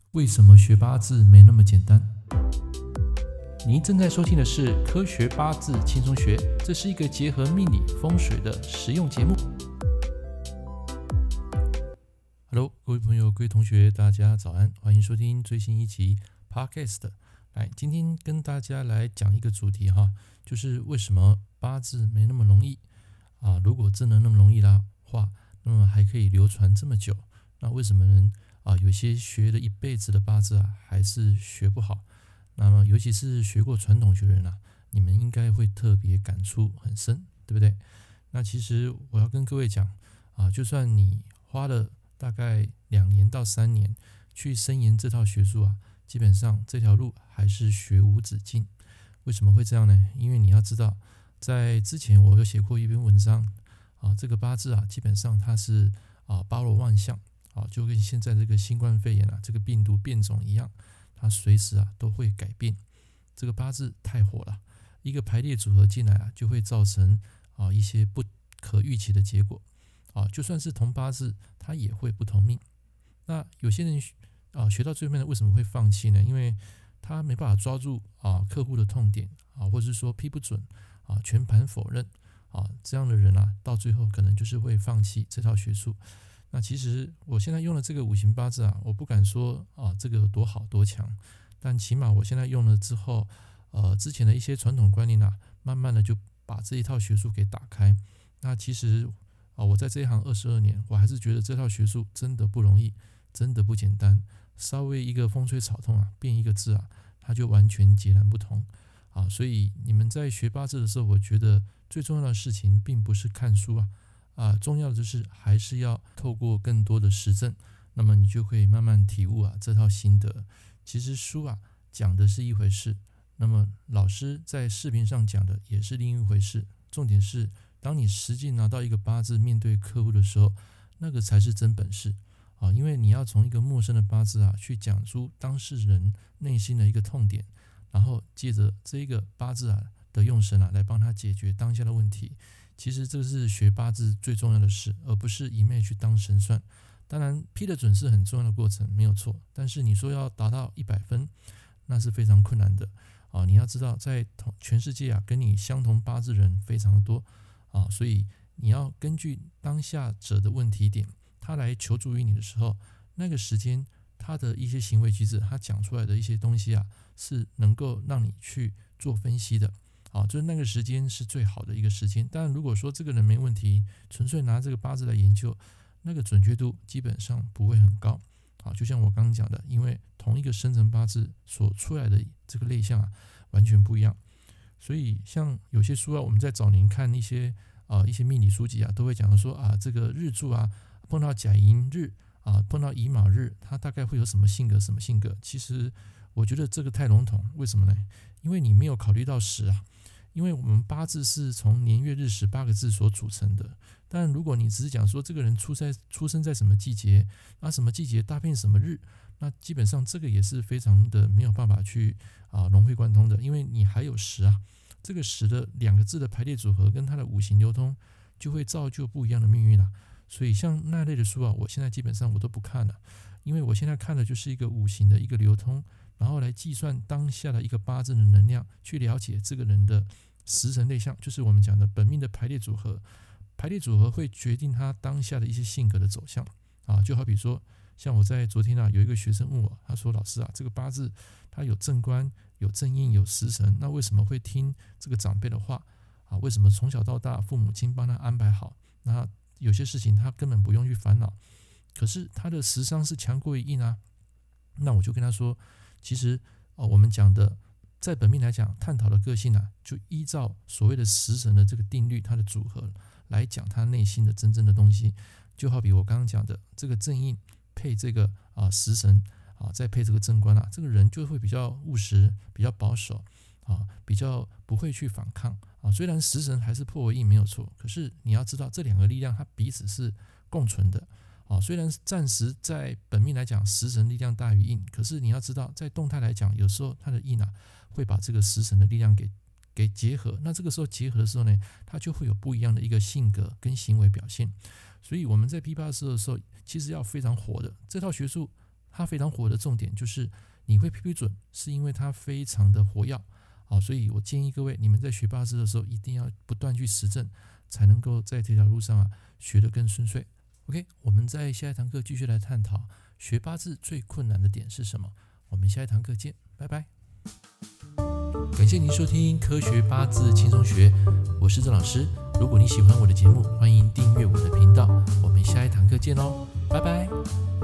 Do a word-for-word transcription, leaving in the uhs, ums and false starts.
为什么学八字没那么简单？您正在收听的是《科学八字轻松学》，这是一个结合命理风水的实用节目。Hello， 各位朋友、各位同学，大家早安，欢迎收听最新一集 Podcast。来，今天跟大家来讲一个主题哈，就是为什么八字没那么容易啊？如果真的那么容易的话，那么还可以流传这么久，那为什么人啊，有些学了一辈子的八字啊，还是学不好？那么，尤其是学过传统学人啊，你们应该会特别感触很深，对不对？那其实我要跟各位讲啊，就算你花了大概两年到三年去深研这套学术啊，基本上这条路还是学无止境。为什么会这样呢？因为你要知道，在之前我有写过一篇文章啊，这个八字啊，基本上它是啊包罗万象。啊，就跟现在这个新冠肺炎啊，这个病毒变种一样，它随时啊都会改变。这个八字太火了，一个排列组合进来啊，就会造成啊一些不可预期的结果。啊，就算是同八字，它也会不同命。那有些人啊学到最后面为什么会放弃呢？因为他没办法抓住啊客户的痛点啊，或者是说批不准啊，全盘否认啊，这样的人啊，到最后可能就是会放弃这套学术。那其实我现在用的这个五行八字啊，我不敢说啊这个有多好多强，但起码我现在用了之后，呃，之前的一些传统观念啊，慢慢的就把这一套学术给打开。那其实啊，我在这一行二十二年，我还是觉得这套学术真的不容易，真的不简单。稍微一个风吹草动啊，变一个字啊，它就完全截然不同啊。所以你们在学八字的时候，我觉得最重要的事情并不是看书啊。啊，重要的就是还是要透过更多的实证，那么你就可以慢慢体悟啊这套心得。其实书啊讲的是一回事，那么老师在视频上讲的也是另一回事。重点是，当你实际拿到一个八字面对客户的时候，那个才是真本事啊！因为你要从一个陌生的八字啊去讲出当事人内心的一个痛点，然后借着这一个八字啊的用神啊来帮他解决当下的问题。其实这是学八字最重要的事，而不是一昧去当神算。当然批得准是很重要的过程，没有错。但是你说要达到一百分，那是非常困难的啊！你要知道，在全世界啊，跟你相同八字人非常的多啊，所以你要根据当下者的问题点，他来求助于你的时候，那个时间他的一些行为举止，他讲出来的一些东西啊，是能够让你去做分析的。好，就是那个时间是最好的一个时间。当然，如果说这个人没问题，纯粹拿这个八字来研究，那个准确度基本上不会很高。好，就像我刚刚讲的，因为同一个生辰八字所出来的这个类象啊，完全不一样。所以，像有些书啊，我们在早年看一些啊、呃、一些命理书籍啊，都会讲说啊，这个日柱啊碰到甲寅日啊，碰到乙卯日，它大概会有什么性格？什么性格？其实我觉得这个太笼统。为什么呢？因为你没有考虑到时啊。因为我们八字是从年月日时八个字所组成的，但如果你只是讲说这个人出在出生在什么季节，那什么季节搭配什么日，那基本上这个也是非常的没有办法去啊融会贯通的，因为你还有时啊，这个时的两个字的排列组合跟它的五行流通，就会造就不一样的命运啊。所以像那类的书啊，我现在基本上我都不看了，因为我现在看的就是一个五行的一个流通。然后来计算当下的一个八字的能量，去了解这个人的时辰类象，就是我们讲的本命的排列组合。排列组合会决定他当下的一些性格的走向啊，就好比说，像我在昨天啊，有一个学生问我，他说：“老师啊，这个八字他有正官、有正印、有时辰，那为什么会听这个长辈的话啊？为什么从小到大父母亲帮他安排好？那有些事情他根本不用去烦恼，可是他的时伤是强过于印啊。”那我就跟他说。其实，哦，我们讲的在本命来讲，探讨的个性啊，就依照所谓的时辰的这个定律，它的组合来讲他内心的真正的东西。就好比我刚刚讲的，这个正印配这个啊时辰啊，再配这个正官啊，这个人就会比较务实，比较保守啊，比较不会去反抗啊。虽然时辰还是破为印没有错，可是你要知道这两个力量它彼此是共存的。啊，虽然暂时在本命来讲，时辰力量大于印，可是你要知道，在动态来讲，有时候它的印啊，会把这个时辰的力量给给结合。那这个时候结合的时候呢，它就会有不一样的一个性格跟行为表现。所以我们在批八字的时候，其实要非常活的。这套学术它非常火的重点就是你会批准，是因为它非常的活跃。好，所以我建议各位，你们在学八字的时候，一定要不断去实证，才能够在这条路上啊学得更顺遂。OK， 我们在下一堂课继续来探讨学八字最困难的点是什么。我们下一堂课见，拜拜。感谢您收听科学八字轻松学，我是郑老师。如果你喜欢我的节目，欢迎订阅我的频道。我们下一堂课见喽，拜拜。